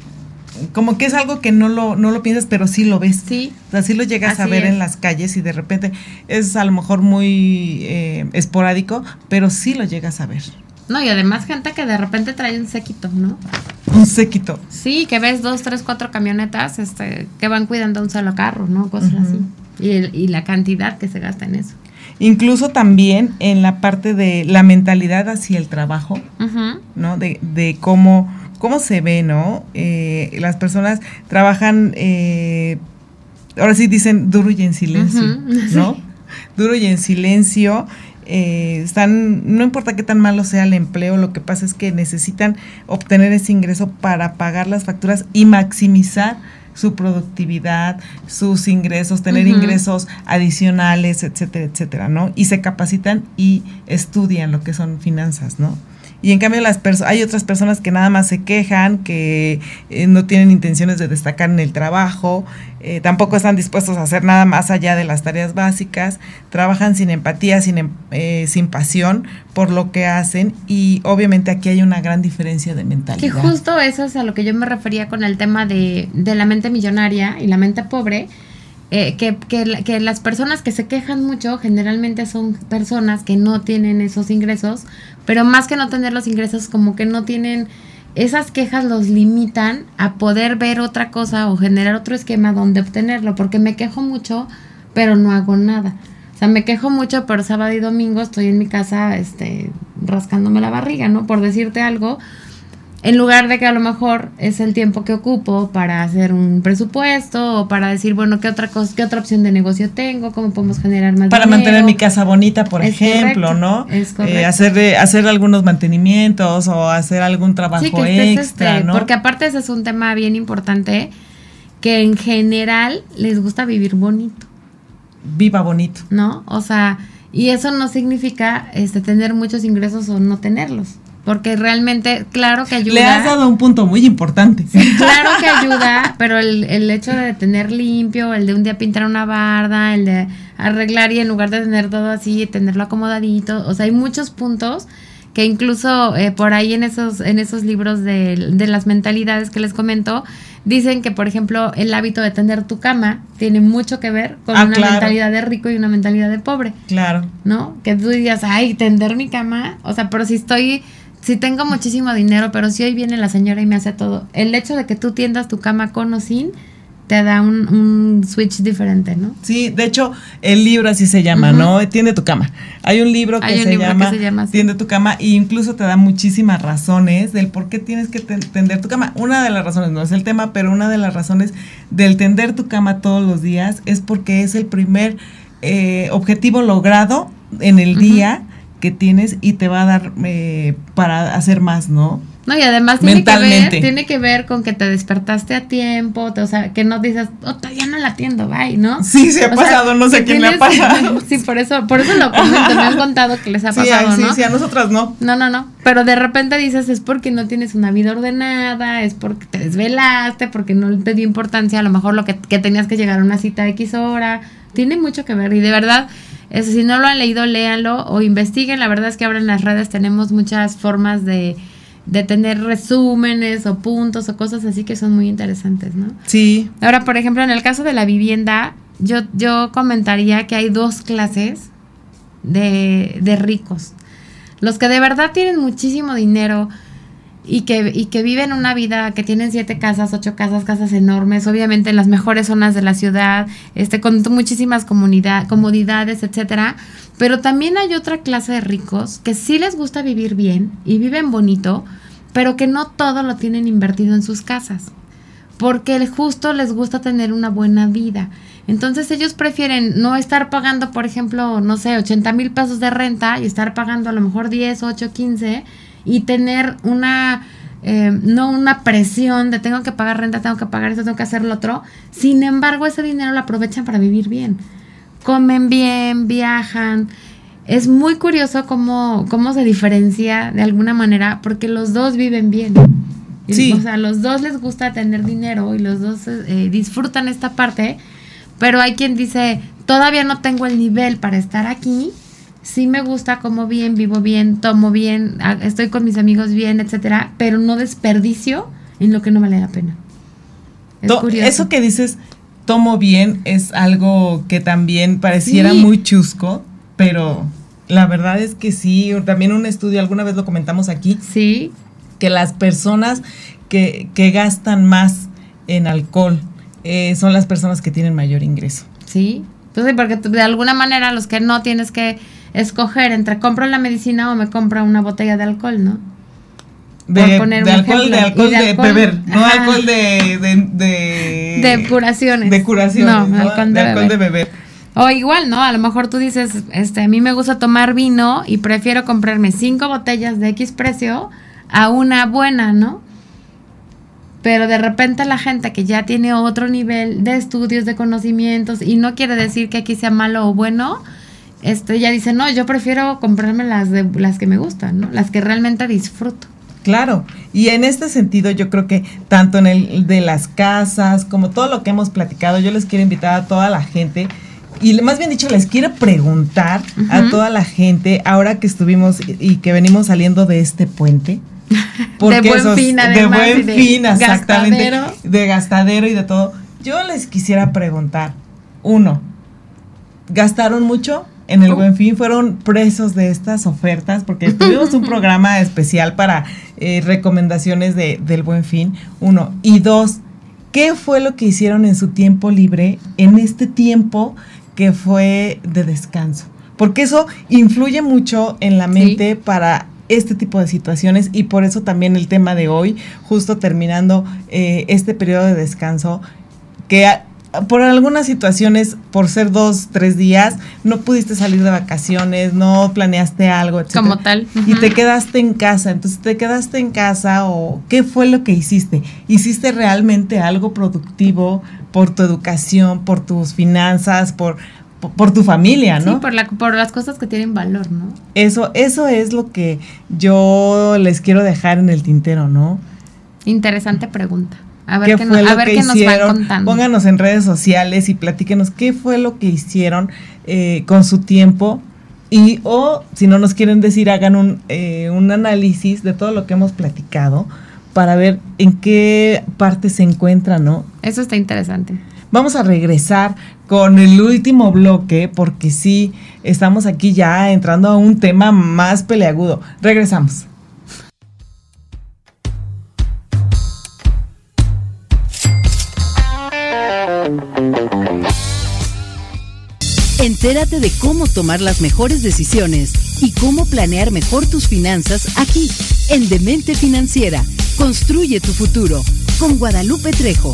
como que es algo que no lo, no lo piensas, pero sí lo ves. Sí. O sea, sí lo llegas Así a ver es. en las calles y de repente es a lo mejor muy eh, esporádico, pero sí lo llegas a ver. No, y además gente que de repente trae un séquito, ¿no? Un séquito. Sí, que ves dos, tres, cuatro camionetas este, que van cuidando un solo carro, ¿no? Cosas Uh-huh. así. Y, el, y la cantidad que se gasta en eso. Incluso también en la parte de la mentalidad hacia el trabajo, Uh-huh. ¿no? De, de cómo, cómo se ve, ¿no? Eh, las personas trabajan, eh, ahora sí dicen duro y en silencio, Uh-huh. ¿no? Sí. Duro y en silencio. Eh, están, no importa qué tan malo sea el empleo, lo que pasa es que necesitan obtener ese ingreso para pagar las facturas y maximizar su productividad, sus ingresos, tener Uh-huh. ingresos adicionales, etcétera, etcétera, ¿no? Y se capacitan y estudian lo que son finanzas, ¿no? Y en cambio las perso- hay otras personas que nada más se quejan, que eh, no tienen intenciones de destacar en el trabajo, eh, tampoco están dispuestos a hacer nada más allá de las tareas básicas, trabajan sin empatía, sin, em- eh, sin pasión por lo que hacen, y obviamente aquí hay una gran diferencia de mentalidad. Que justo eso es a lo que yo me refería con el tema de, de la mente millonaria y la mente pobre, eh, que, que, la- que las personas que se quejan mucho generalmente son personas que no tienen esos ingresos, pero más que no tener los ingresos, como que no tienen, esas quejas los limitan a poder ver otra cosa o generar otro esquema donde obtenerlo, porque me quejo mucho, pero no hago nada. O sea, me quejo mucho, pero sábado y domingo estoy en mi casa este, rascándome la barriga, ¿no? Por decirte algo, en lugar de que a lo mejor es el tiempo que ocupo para hacer un presupuesto o para decir, bueno, ¿qué otra cosa, qué otra opción de negocio tengo? ¿Cómo podemos generar más Para dinero? mantener mi casa bonita, por Es ejemplo, correcto, ¿no? es correcto. Eh, hacer, eh, hacer algunos mantenimientos o hacer algún trabajo Sí, que estés, extra, este, ¿no? porque aparte ese es un tema bien importante, que en general les gusta vivir bonito, Viva bonito. ¿no? O sea, y eso no significa este tener muchos ingresos o no tenerlos, porque realmente, claro que ayuda. Le has dado un punto muy importante. Sí, claro que ayuda, pero el, el hecho de tener limpio, el de un día pintar una barda, el de arreglar y en lugar de tener todo así, tenerlo acomodadito, o sea, hay muchos puntos que incluso eh, por ahí en esos en esos libros de, de las mentalidades que les comento, dicen que, por ejemplo, el hábito de tender tu cama tiene mucho que ver con Ah, una claro. mentalidad de rico y una mentalidad de pobre, Claro. ¿no? Que tú digas, ay, tender mi cama, o sea, pero si estoy, si tengo muchísimo dinero, pero si hoy viene la señora y me hace todo, el hecho de que tú tiendas tu cama con o sin, te da un, un switch diferente, ¿no? Sí, de hecho, el libro así se llama, Ujú. ¿no? Tiende tu cama. Hay un libro que, Hay un se, libro que llama se llama así. Tiende tu cama, e incluso te da muchísimas razones del por qué tienes que ten- tender tu cama. Una de las razones, no es el tema, pero una de las razones del tender tu cama todos los días es porque es el primer eh, objetivo logrado en el Ujú. día que tienes y te va a dar eh, para hacer más, ¿no? No, y además tiene que, ver, Mentalmente. tiene que ver con que te despertaste a tiempo, te- o sea, que no dices, oh, ya no la atiendo, bye, ¿no? Sí, se ha O sea, pasado, no sé que quién le ha tienes- pasado. Sí, por eso, por eso lo comento, me han contado que les ha Sí, pasado, ay, sí, ¿no? sí, a nosotras no. No, no, no. Pero de repente dices, es porque no tienes una vida ordenada, es porque te desvelaste, porque no te dio importancia a lo mejor lo que, que tenías que llegar a una cita de X hora. Tiene mucho que ver y de verdad, eso, si no lo han leído, léanlo o investiguen. La verdad es que ahora en las redes tenemos muchas formas de, de tener resúmenes o puntos o cosas así que son muy interesantes, ¿no? Sí. Ahora, por ejemplo, en el caso de la vivienda, yo, yo comentaría que hay dos clases de, de ricos. Los que de verdad tienen muchísimo dinero y que, y que viven una vida, que tienen siete casas, ocho casas, casas enormes, obviamente en las mejores zonas de la ciudad, este, con muchísimas comunidad, comodidades, etcétera. Pero también hay otra clase de ricos que sí les gusta vivir bien y viven bonito, pero que no todo lo tienen invertido en sus casas, porque justo les gusta tener una buena vida. Entonces ellos prefieren no estar pagando, por ejemplo, no sé, ochenta mil pesos de renta y estar pagando a lo mejor diez, ocho, quince y tener una, eh, no una presión de tengo que pagar renta, tengo que pagar esto, tengo que hacer lo otro. Sin embargo, ese dinero lo aprovechan para vivir bien. Comen bien, viajan. Es muy curioso cómo, cómo se diferencia de alguna manera, porque los dos viven bien. Sí. O sea, los dos les gusta tener dinero y los dos eh, disfrutan esta parte, pero hay quien dice, todavía no tengo el nivel para estar aquí, sí me gusta, como bien, vivo bien, tomo bien, estoy con mis amigos bien, etcétera, pero no desperdicio en lo que no vale la pena. Es To- curioso. Eso que dices, tomo bien, es algo que también pareciera Sí. muy chusco, pero la verdad es que sí, también un estudio, alguna vez lo comentamos aquí, Sí. que las personas que, que gastan más en alcohol eh, son las personas que tienen mayor ingreso. Sí, pues sí, porque tú, de alguna manera los que no tienes que escoger entre compro la medicina o me compro una botella de alcohol, ¿no? De, Por poner de un alcohol, ejemplo. de alcohol Y de, de alcohol, beber, no ajá. alcohol de de, de De curaciones. de curaciones, No, ¿no? alcohol de alcohol beber. de beber. O igual, ¿no? A lo mejor tú dices, este, a mí me gusta tomar vino y prefiero comprarme cinco botellas de X precio a una buena, ¿no? Pero de repente la gente que ya tiene otro nivel de estudios, de conocimientos, y no quiere decir que aquí sea malo o bueno, este, ya dice, no, yo prefiero comprarme las de las que me gustan, ¿no? Las que realmente disfruto. Claro, y en este sentido yo creo que tanto en el de las casas como todo lo que hemos platicado, yo les quiero invitar a toda la gente y más bien dicho les quiero preguntar uh-huh. a toda la gente ahora que estuvimos y, y que venimos saliendo de este puente. De buen esos, fin, además. De buen de fin, exactamente. Gastadero. De gastadero y de todo. Yo les quisiera preguntar, uno, ¿gastaron mucho en el uh. Buen Fin? ¿Fueron presos de estas ofertas? Porque tuvimos un programa especial para eh, recomendaciones de, del Buen Fin, uno. Y dos, ¿qué fue lo que hicieron en su tiempo libre en este tiempo que fue de descanso? Porque eso influye mucho en la mente sí. para este tipo de situaciones y por eso también el tema de hoy, justo terminando eh, este periodo de descanso, que a, por algunas situaciones, por ser dos, tres días, no pudiste salir de vacaciones, no planeaste algo, etcétera. Como tal. Uh-huh. Y te quedaste en casa. Entonces, ¿te quedaste en casa o qué fue lo que hiciste? ¿Hiciste realmente algo productivo por tu educación, por tus finanzas, por, por, por tu familia, no? Sí, por, la, por las cosas que tienen valor, ¿no? Eso, eso es lo que yo les quiero dejar en el tintero, ¿no? Interesante pregunta. A ver ¿Qué qué, fue no, lo a ver que qué hicieron? Nos van contando. Pónganos en redes sociales y platíquenos qué fue lo que hicieron eh, con su tiempo y o si no nos quieren decir, hagan un, eh, un análisis de todo lo que hemos platicado para ver en qué parte se encuentra, ¿no? Eso está interesante. Vamos a regresar con el último bloque porque sí, estamos aquí ya entrando a un tema más peleagudo. Regresamos. Entérate de cómo tomar las mejores decisiones y cómo planear mejor tus finanzas aquí, en Demente Financiera. Construye tu futuro, con Guadalupe Trejo.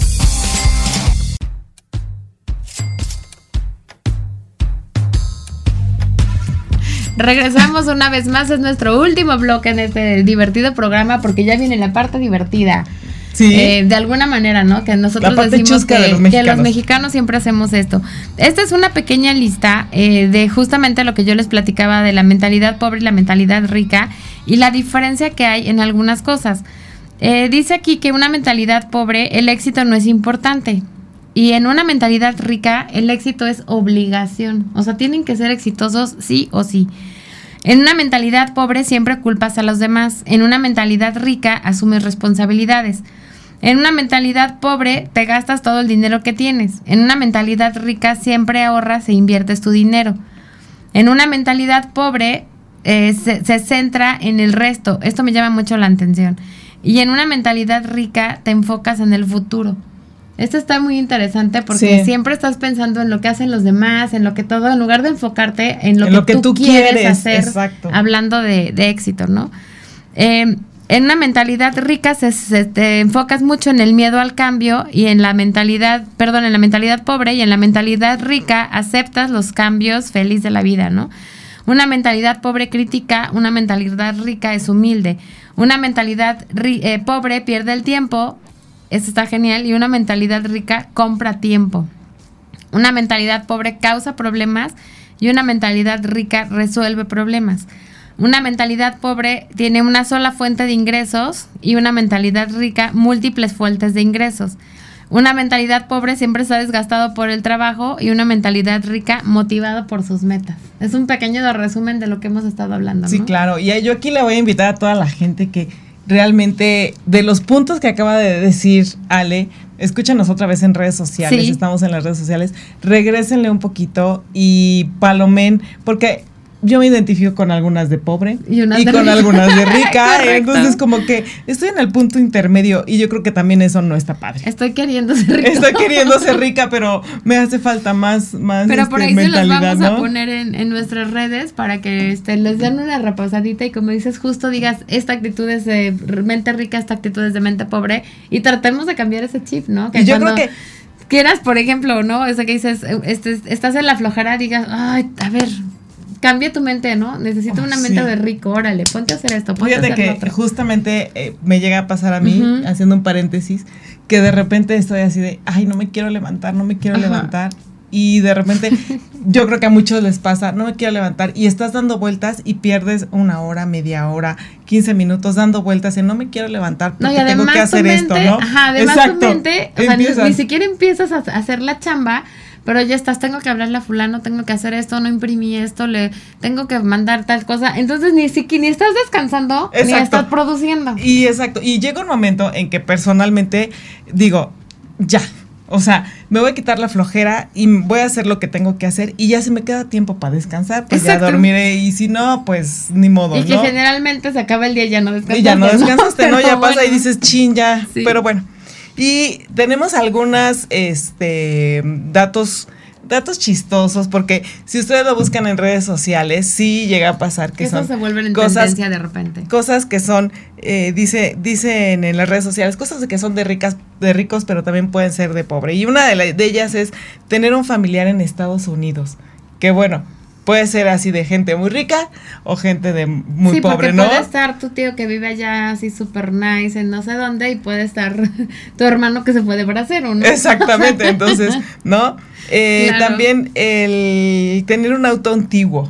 Regresamos una vez más, es nuestro último bloque en este divertido programa porque ya viene la parte divertida. Sí. Eh, de alguna manera, ¿no? Que nosotros decimos que, de los que los mexicanos siempre hacemos esto. Esta es una pequeña lista eh, de justamente lo que yo les platicaba de la mentalidad pobre y la mentalidad rica y la diferencia que hay en algunas cosas. Eh, dice aquí que una mentalidad pobre, el éxito no es importante. Y en una mentalidad rica, el éxito es obligación. O sea, tienen que ser exitosos sí o sí. En una mentalidad pobre siempre culpas a los demás. En una mentalidad rica asumes responsabilidades. En una mentalidad pobre te gastas todo el dinero que tienes. En una mentalidad rica siempre ahorras e inviertes tu dinero. En una mentalidad pobre eh, se, se centra en el resto. Esto me llama mucho la atención. Y en una mentalidad rica te enfocas en el futuro. Esto está muy interesante porque sí. siempre estás pensando en lo que hacen los demás, en lo que todo, en lugar de enfocarte en lo, en que, lo que tú, tú quieres, quieres hacer, exacto. Hablando de, de éxito, ¿no? Eh, en una mentalidad rica se, se, te enfocas mucho en el miedo al cambio y en la mentalidad, perdón, en la mentalidad pobre y en la mentalidad rica aceptas los cambios feliz de la vida, ¿no? Una mentalidad pobre critica, una mentalidad rica es humilde. Una mentalidad ri, eh, pobre pierde el tiempo. Eso está genial. Y una mentalidad rica compra tiempo. Una mentalidad pobre causa problemas y una mentalidad rica resuelve problemas. Una mentalidad pobre tiene una sola fuente de ingresos y una mentalidad rica múltiples fuentes de ingresos. Una mentalidad pobre siempre está desgastado por el trabajo y una mentalidad rica motivado por sus metas. Es un pequeño resumen de lo que hemos estado hablando, ¿no? Sí, claro. Y yo aquí le voy a invitar a toda la gente que realmente de los puntos que acaba de decir Ale, escúchanos otra vez en redes sociales, sí. Estamos en las redes sociales, regrésenle un poquito y palomen, porque yo me identifico con algunas de pobre y, y con rica. Algunas de rica, entonces como que estoy en el punto intermedio y yo creo que también eso no está padre. Estoy queriendo ser rica. Estoy queriendo ser rica, pero me hace falta más, más Pero este, por ahí se los vamos ¿no? a poner en, en nuestras redes para que este, les den una repasadita y como dices, justo digas, esta actitud es de mente rica, esta actitud es de mente pobre y tratemos de cambiar ese chip, ¿no? Que y yo creo que quieras, por ejemplo, ¿no? Eso que dices, este, estás en la flojera, digas, ay, a ver, cambia tu mente, ¿no? Necesito oh, una mente sí. de rico, órale, ponte a hacer esto, ponte Fíjate a hacer que otro. Justamente eh, me llega a pasar a mí, uh-huh. haciendo un paréntesis, que de repente estoy así de, ay, no me quiero levantar, no me quiero Ajá. levantar. Y de repente, yo creo que a muchos les pasa, no me quiero levantar, y estás dando vueltas y pierdes una hora, media hora, quince minutos dando vueltas en no me quiero levantar porque no, y además tengo que hacer mente, esto, ¿no? Ajá, además Exacto. tu mente, o sea, ni, ni siquiera empiezas a hacer la chamba, pero ya estás, tengo que hablarle a fulano, tengo que hacer esto, no imprimí esto, le tengo que mandar tal cosa, entonces ni siquiera ni estás descansando, exacto. ni estás produciendo. Y exacto, y llega un momento en que personalmente digo, ya, o sea, me voy a quitar la flojera y voy a hacer lo que tengo que hacer y ya se me queda tiempo para descansar, pues exacto. ya dormiré y si no, pues ni modo, y ¿no? que generalmente se acaba el día y ya no descansaste. Y ya no descansaste, ¿no? Ya pasa bueno. y dices, chin, ya, sí. pero bueno. Y tenemos algunas este datos datos chistosos porque si ustedes lo buscan en redes sociales sí llega a pasar que Eso son se vuelven en cosas, tendencia de repente. Cosas que son eh, dice dicen en las redes sociales cosas que son de ricas de ricos pero también pueden ser de pobre y una de, la, de ellas es tener un familiar en Estados Unidos que bueno puede ser así de gente muy rica o gente de muy sí, pobre, ¿no? Sí, puede estar tu tío que vive allá así súper nice en no sé dónde y puede estar tu hermano que se fue de bracero, ¿no? Exactamente, entonces, ¿no? Eh, claro. También el tener un auto antiguo.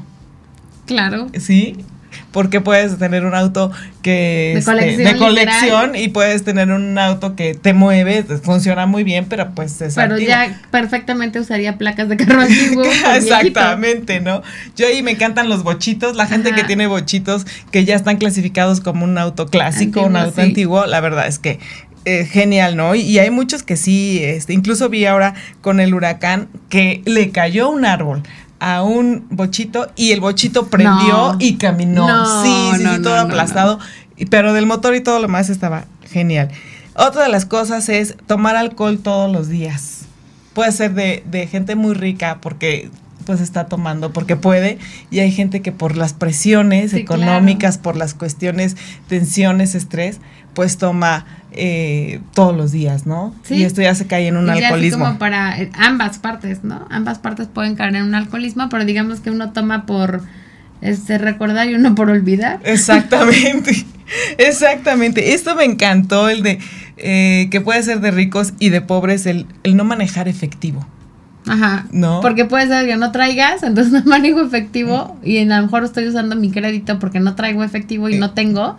Claro. ¿Sí? Porque puedes tener un auto que de este, colección, de colección y puedes tener un auto que te mueve, funciona muy bien, pero pues es Pero antiguo. Ya perfectamente usaría placas de carro antiguo. Exactamente, ¿no? Yo ahí me encantan los bochitos, la gente Ajá. que tiene bochitos que ya están clasificados como un auto clásico, antiguo, un auto sí. antiguo, la verdad es que eh, genial, ¿no? Y, y hay muchos que sí, este, incluso vi ahora con el huracán que le cayó un árbol a un bochito y el bochito prendió no, y caminó. No, sí, sí, no, sí, todo no, aplastado. No. Pero del motor y todo lo más estaba genial. Otra de las cosas es tomar alcohol todos los días. Puede ser de, de gente muy rica porque pues está tomando, porque puede. Y hay gente que por las presiones sí, económicas, claro. por las cuestiones, tensiones, estrés, pues toma eh, todos los días, ¿no? Sí. Y esto ya se cae en un y alcoholismo. Así como para eh, ambas partes, ¿no? Ambas partes pueden caer en un alcoholismo, pero digamos que uno toma por este recordar y uno por olvidar. Exactamente, exactamente. Esto me encantó, el de eh, que puede ser de ricos y de pobres, el, el no manejar efectivo. Ajá, ¿no? Porque puede ser que no traigas, entonces no manejo efectivo y a lo mejor estoy usando mi crédito porque no traigo efectivo y no tengo.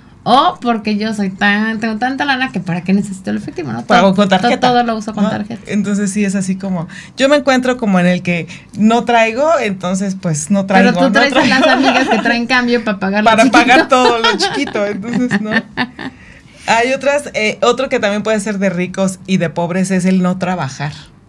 O porque yo soy tan, tengo tanta lana que para qué necesito el efectivo, ¿no? Pago todo, con tarjeta. Todo, todo lo uso con ¿no? tarjeta. Entonces sí es así como, yo me encuentro como en el que no traigo, entonces pues no traigo. Pero tú traes no traigo. a las amigas que traen cambio para pagar lo Para chiquito. pagar todo lo chiquito, entonces no. Hay otras, eh, otro que también puede ser de ricos y de pobres es el no trabajar,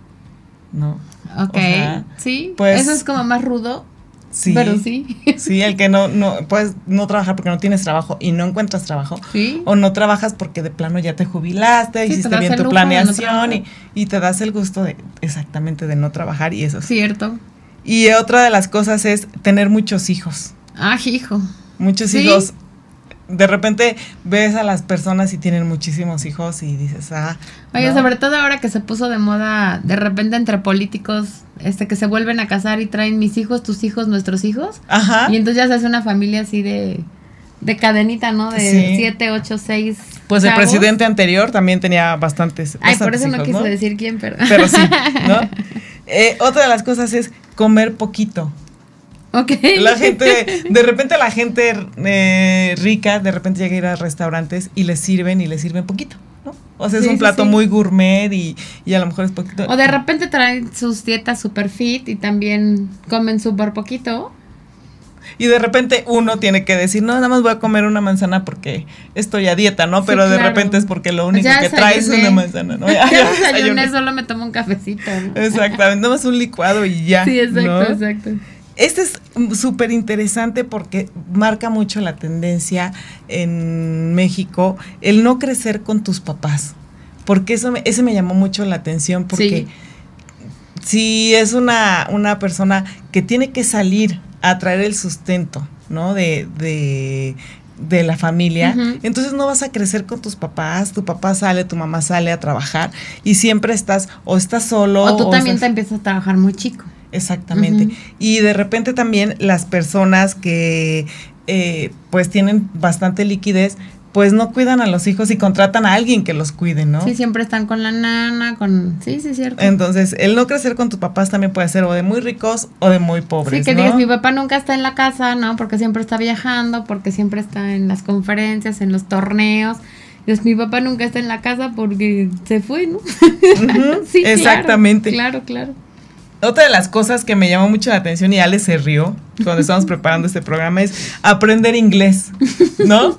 ¿no? Ok, o sea, sí, pues, eso es como más rudo. Sí, pero sí. Sí, el que no, no puedes no trabajar porque no tienes trabajo y no encuentras trabajo. Sí. O no trabajas porque de plano ya te jubilaste, sí, hiciste bien tu planeación no y, y te das el gusto de exactamente de no trabajar y eso. Cierto. Y otra de las cosas es tener muchos hijos. Ah, hijo. Muchos ¿Sí? hijos. De repente ves a las personas y tienen muchísimos hijos y dices, ah. Oye, no. sobre todo ahora que se puso de moda de repente entre políticos, este que se vuelven a casar y traen mis hijos, tus hijos, nuestros hijos. Ajá. Y entonces ya se hace una familia así de, de cadenita, ¿no? De sí. siete, ocho, seis. Pues chavos. El presidente anterior también tenía bastantes. Ay, bastantes por eso hijos, no quise ¿no? decir quién, pero. Pero sí, ¿no? Eh, otra de las cosas es comer poquito. Okay. La gente, de repente la gente eh, rica, de repente llega a ir a restaurantes y les sirven y les sirven poquito, ¿no? O sea, sí, es un plato sí, sí. muy gourmet y, y a lo mejor es poquito. O de repente traen sus dietas super fit y también comen súper poquito. Y de repente uno tiene que decir, no, nada más voy a comer una manzana porque estoy a dieta, ¿no? Pero sí, claro. De repente es porque lo único ya que trae es una manzana, ¿no? Ya, ya desayuné, solo me tomo un cafecito, ¿no? Exactamente, nada más un licuado y ya. Sí, exacto, ¿no? exacto. Este es súper interesante porque marca mucho la tendencia en México, el no crecer con tus papás. Porque eso me, ese me llamó mucho la atención, porque sí. si es una, una persona que tiene que salir a traer el sustento, ¿no? De, de, de la familia, uh-huh. entonces no vas a crecer con tus papás, tu papá sale, tu mamá sale a trabajar y siempre estás, o estás solo. O tú o también estás, te empiezas a trabajar muy chico. Exactamente. Uh-huh. Y de repente también las personas que eh, pues tienen bastante liquidez, pues no cuidan a los hijos y contratan a alguien que los cuide, ¿no? Sí, siempre están con la nana, con... Sí, sí, es cierto. Entonces, el no crecer con tus papás también puede ser o de muy ricos o de muy pobres, Sí, que ¿no? digas, mi papá nunca está en la casa, ¿no? Porque siempre está viajando, porque siempre está en las conferencias, en los torneos. Dios, mi papá nunca está en la casa porque se fue, ¿no? Uh-huh, sí, exactamente. Claro, claro, claro. Otra de las cosas que me llamó mucho la atención y Ale se rió cuando estábamos preparando este programa es aprender inglés, ¿no?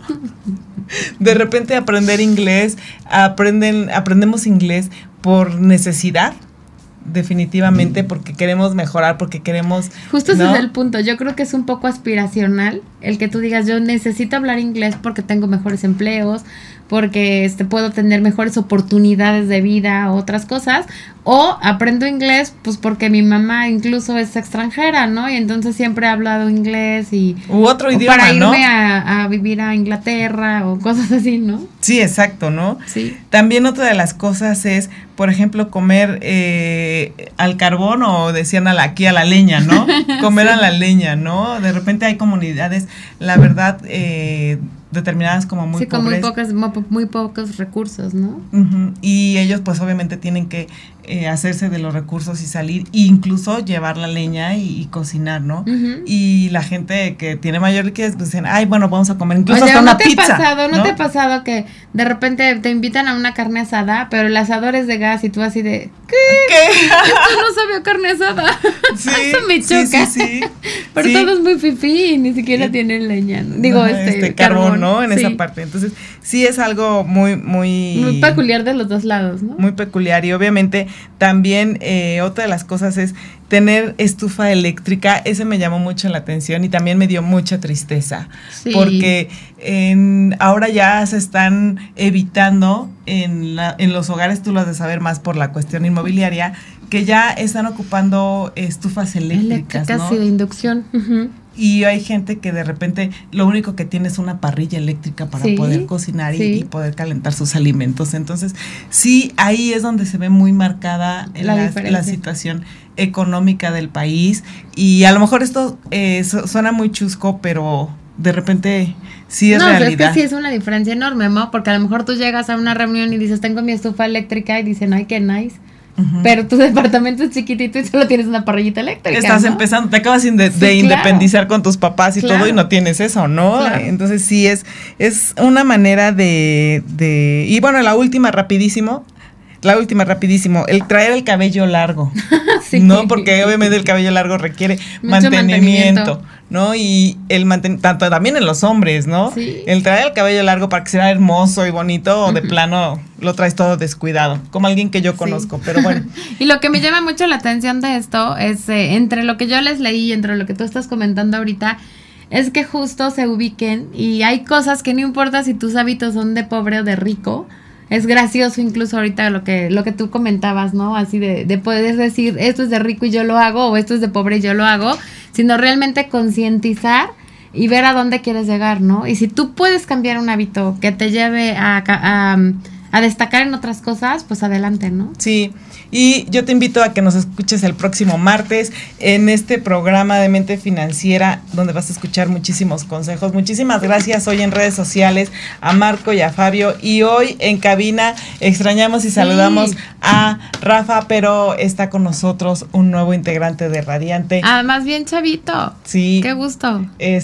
De repente aprender inglés, aprenden, aprendemos inglés por necesidad, definitivamente, porque queremos mejorar, porque queremos... Justo ¿no? ese es el punto, yo creo que es un poco aspiracional el que tú digas, yo necesito hablar inglés porque tengo mejores empleos, porque este, puedo tener mejores oportunidades de vida, otras cosas, o aprendo inglés pues porque mi mamá incluso es extranjera, ¿no? Y entonces siempre ha hablado inglés y... U otro idioma, para irme ¿no? a, a vivir a Inglaterra o cosas así, ¿no? Sí, exacto, ¿no? Sí. También otra de las cosas es, por ejemplo, comer eh, al carbón o decían a la, aquí a la leña, ¿no? Comer sí. a la leña, ¿no? De repente hay comunidades, la verdad, eh, determinadas como muy sí, pobres. Sí, con muy pocos, muy pocos recursos, ¿no? Uh-huh. Y ellos pues obviamente tienen que eh, hacerse de los recursos y salir, e incluso llevar la leña y, y cocinar, ¿no? Uh-huh. Y la gente que tiene mayor riqueza pues dicen, ay, bueno, vamos a comer incluso o sea, hasta ¿no una te pizza. Ha pasado, ¿no, ¿no te ha pasado que de repente te invitan a una carne asada, pero el asador es de gas y tú así de, ¿qué? ¿Qué? Esto no sabe a carne asada. Sí, eso me choca. Sí, sí, sí. Pero sí. todo es muy fifí y ni siquiera sí. tienen leña, ¿no? Digo, no, este, este carbón, carbón, ¿no? En sí. esa parte. Entonces, sí es algo muy, muy... Muy peculiar de los dos lados, ¿no? Muy peculiar. Y obviamente también eh, otra de las cosas es tener estufa eléctrica. Ese me llamó mucho la atención y también me dio mucha tristeza. Sí. Porque en, ahora ya se están evitando en, la, en los hogares, tú lo has de saber más por la cuestión inmobiliaria, que ya están ocupando estufas eléctricas, eléctricas, ¿no? sí, de inducción. Uh-huh. Y hay gente que de repente lo único que tiene es una parrilla eléctrica para sí, poder cocinar y, sí. y poder calentar sus alimentos. Entonces, sí, ahí es donde se ve muy marcada la, la, la situación económica del país. Y a lo mejor esto eh, su, suena muy chusco, pero de repente sí es no, realidad. No, es que sí es una diferencia enorme, ¿no? Porque a lo mejor tú llegas a una reunión y dices, tengo mi estufa eléctrica, y dicen, ay, qué nice. Uh-huh. Pero tu departamento es chiquitito y solo tienes una parrillita eléctrica. Estás ¿no? empezando, te acabas de, de sí, claro. independizar con tus papás y claro. todo y no tienes eso, ¿no? Claro. Entonces sí es, es una manera de, de... Y bueno, la última rapidísimo, la última rapidísimo, el traer el cabello largo, sí. ¿no? Porque obviamente el cabello largo requiere mantenimiento, mantenimiento, ¿no? Y el manten tanto también en los hombres, ¿no? Sí. El traer el cabello largo para que sea hermoso y bonito, o de uh-huh. plano lo traes todo descuidado, como alguien que yo conozco, sí. pero bueno. Y lo que me llama mucho la atención de esto es, eh, entre lo que yo les leí y entre lo que tú estás comentando ahorita, es que justo se ubiquen y hay cosas que no importa si tus hábitos son de pobre o de rico. Es gracioso incluso ahorita lo que lo que tú comentabas, ¿no? Así de, de poder decir, esto es de rico y yo lo hago, o esto es de pobre y yo lo hago, sino realmente concientizar y ver a dónde quieres llegar, ¿no? Y si tú puedes cambiar un hábito que te lleve a, a, a destacar en otras cosas, pues adelante, ¿no? Sí, y yo te invito a que nos escuches el próximo martes en este programa de Mente Financiera, donde vas a escuchar muchísimos consejos. Muchísimas gracias hoy en redes sociales a Marco y a Fabio, y hoy en cabina extrañamos y saludamos sí. a Rafa, pero está con nosotros un nuevo integrante de Radiante. Ah, más bien chavito. Sí. Qué gusto.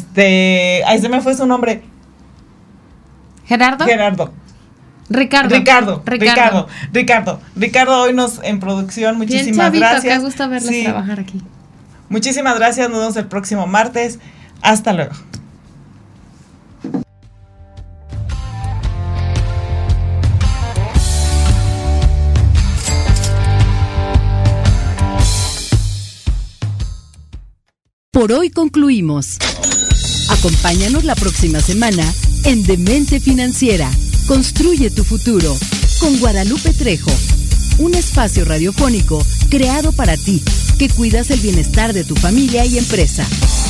Este, ahí se me fue su nombre. Gerardo. Gerardo. Ricardo. Ricardo, Ricardo, Ricardo, Ricardo, Ricardo, hoy nos en producción, muchísimas Bien, chavito, gracias. Qué gusto verles sí. trabajar aquí. Muchísimas gracias, nos vemos el próximo martes. Hasta luego. Por hoy concluimos. Acompáñanos la próxima semana en Demente Financiera. Construye tu futuro con Guadalupe Trejo. Un espacio radiofónico creado para ti, que cuidas el bienestar de tu familia y empresa.